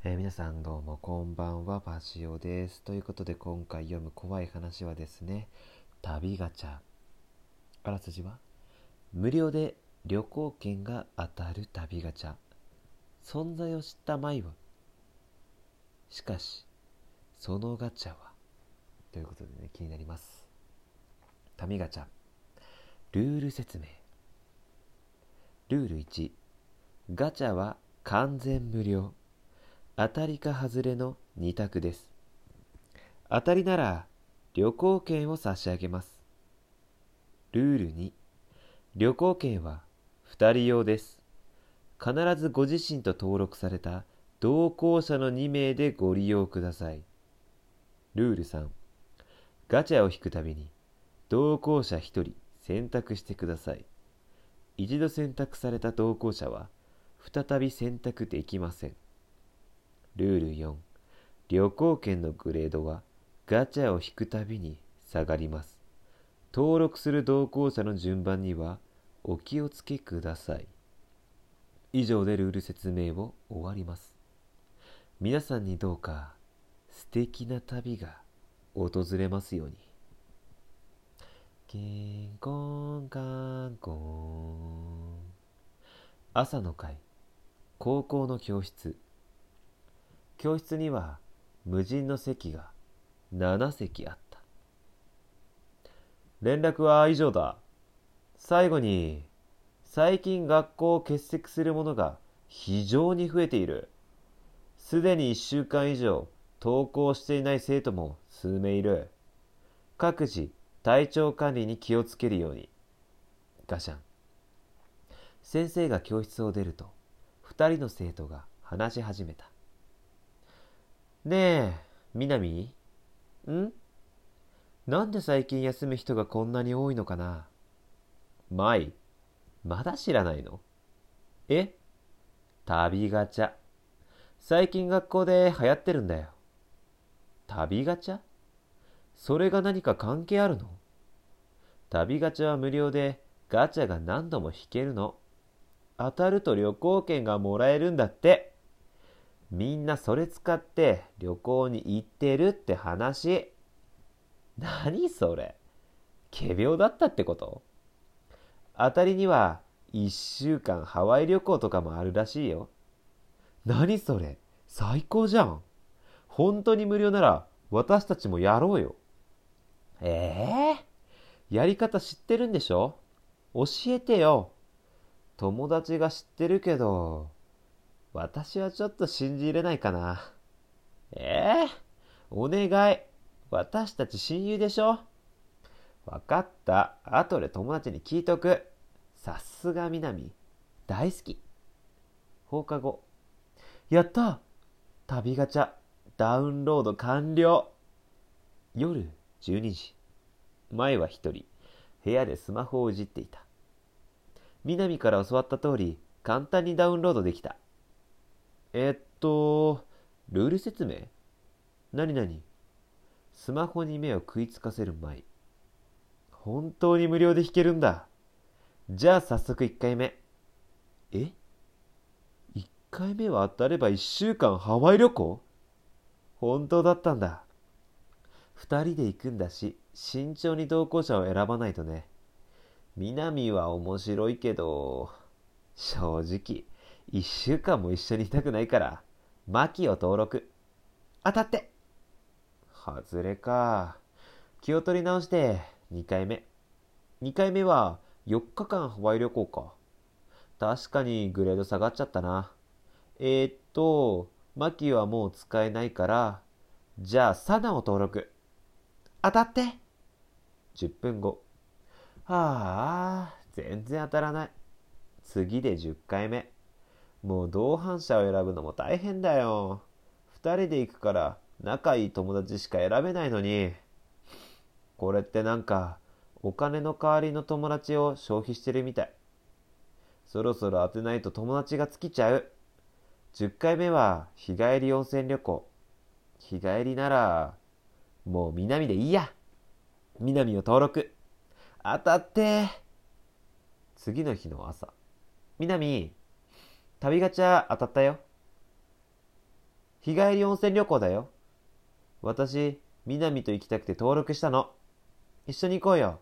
皆さんどうもこんばんは、パシオです。ということで今回読む怖い話はですね、旅ガチャ。あらすじは、無料で旅行券が当たる旅ガチャ。存在を知った舞は、しかしそのガチャは、ということでね、気になります。旅ガチャ。ルール説明。ルール1、ガチャは完全無料。当たりか外れの2択です。当たりなら旅行券を差し上げます。ルール2、旅行券は2人用です。必ずご自身と登録された同行者の2名でご利用ください。ルール3、ガチャを引くたびに同行者1人選択してください。一度選択された同行者は再び選択できません。ルール4、旅行券のグレードはガチャを引くたびに下がります。登録する同行者の順番にはお気をつけください。以上でルール説明を終わります。皆さんにどうか素敵な旅が訪れますように。キンコンカンコン。朝の会。高校の教室。教室には無人の席が7席あった。連絡は以上だ。最後に、最近学校を欠席する者が非常に増えている。すでに1週間以上登校していない生徒も数名いる。各自体調管理に気をつけるように。ガシャン。先生が教室を出ると、2人の生徒が話し始めた。ねえ、みなみ？なんで最近休む人がこんなに多いのかな？まい、まだ知らないの？え？旅ガチャ。最近学校で流行ってるんだよ。旅ガチャ？それが何か関係あるの？旅ガチャは無料でガチャが何度も引けるの。当たると旅行券がもらえるんだって。みんなそれ使って旅行に行ってるって話。何それ？仮病だったってこと？当たりには1週間ハワイ旅行とかもあるらしいよ。何それ？最高じゃん。本当に無料なら私たちもやろうよ。やり方知ってるんでしょ？教えてよ。友達が知ってるけど、私はちょっと信じれないかな。お願い。私たち親友でしょ？わかった。後で友達に聞いとく。さすがみなみ。大好き。放課後。やった！旅ガチャ、ダウンロード完了。夜12時。前は一人、部屋でスマホをいじっていた。南から教わった通り、簡単にダウンロードできた。ルール説明？何々？スマホに目を食いつかせる前。本当に無料で弾けるんだ。じゃあ早速1回目。1回目は当たれば1週間ハワイ旅行？本当だったんだ。2人で行くんだし、慎重に同行者を選ばないとね。南は面白いけど、正直、1週間も一緒にいたくないから、マキを登録。当たって。外れか。気を取り直して2回目。2回目は4日間ハワイ旅行か。確かにグレード下がっちゃったな。マキはもう使えないから、じゃあサナを登録。当たって。10分後。全然当たらない。次で10回目。もう同伴者を選ぶのも大変だよ。2人で行くから仲いい友達しか選べないのに。これってなんかお金の代わりの友達を消費してるみたい。そろそろ当てないと友達が尽きちゃう。10回目は日帰り温泉旅行。日帰りならもう南でいいや。南を登録。当たって。次の日の朝。南、旅ガチャ当たったよ。 日帰り温泉旅行だよ。私、南と行きたくて登録したの。一緒に行こうよ。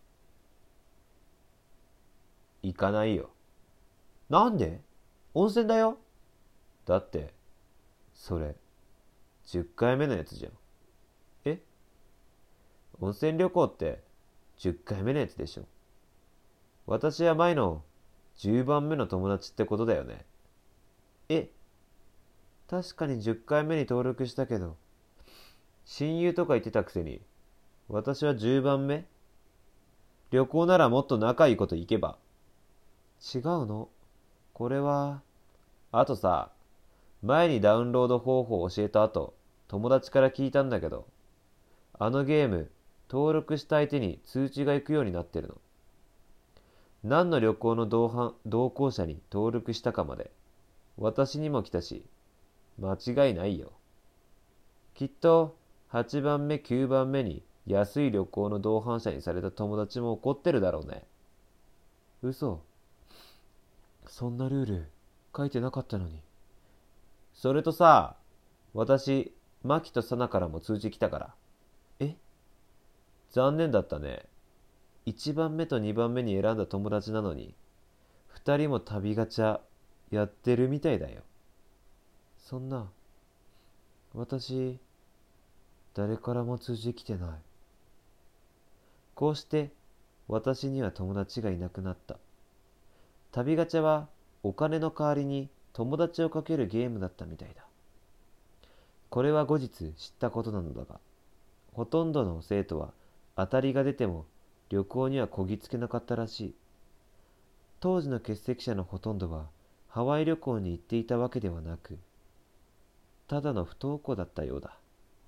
行かないよ。なんで？温泉だよ。だって、それ、10回目のやつじゃん。え？温泉旅行って10回目のやつでしょ。私は前の10番目の友達ってことだよね。え？確かに10回目に登録したけど、親友とか言ってたくせに、私は10番目？旅行ならもっと仲いいこと行けば。違うの。これは、あとさ、前にダウンロード方法を教えた後、友達から聞いたんだけど、あのゲーム、登録した相手に通知が行くようになってるの。何の旅行の同行者に登録したかまで、私にも来たし、間違いないよ。きっと、8番目、9番目に安い旅行の同伴者にされた友達も怒ってるだろうね。嘘。そんなルール書いてなかったのに。それとさ、私、マキとサナからも通知来たから。え？残念だったね。1番目と2番目に選んだ友達なのに、2人も旅ガチャやってるみたいだよ。そんな、私、誰からも通知来てない。こうして、私には友達がいなくなった。旅ガチャはお金の代わりに友達をかけるゲームだったみたいだ。これは後日知ったことなのだが、ほとんどの生徒は当たりが出ても旅行にはこぎつけなかったらしい。当時の欠席者のほとんどはハワイ旅行に行っていたわけではなく、ただの不登校だったようだ。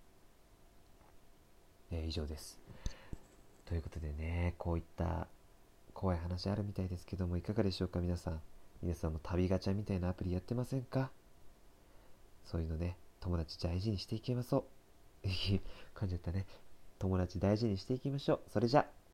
以上です。ということでね、こういった怖い話あるみたいですけども、いかがでしょうか皆さん。皆さんも旅ガチャみたいなアプリやってませんか？そういうのね、友達大事にしていきましょう。噛んじゃったね。友達大事にしていきましょう。それじゃ。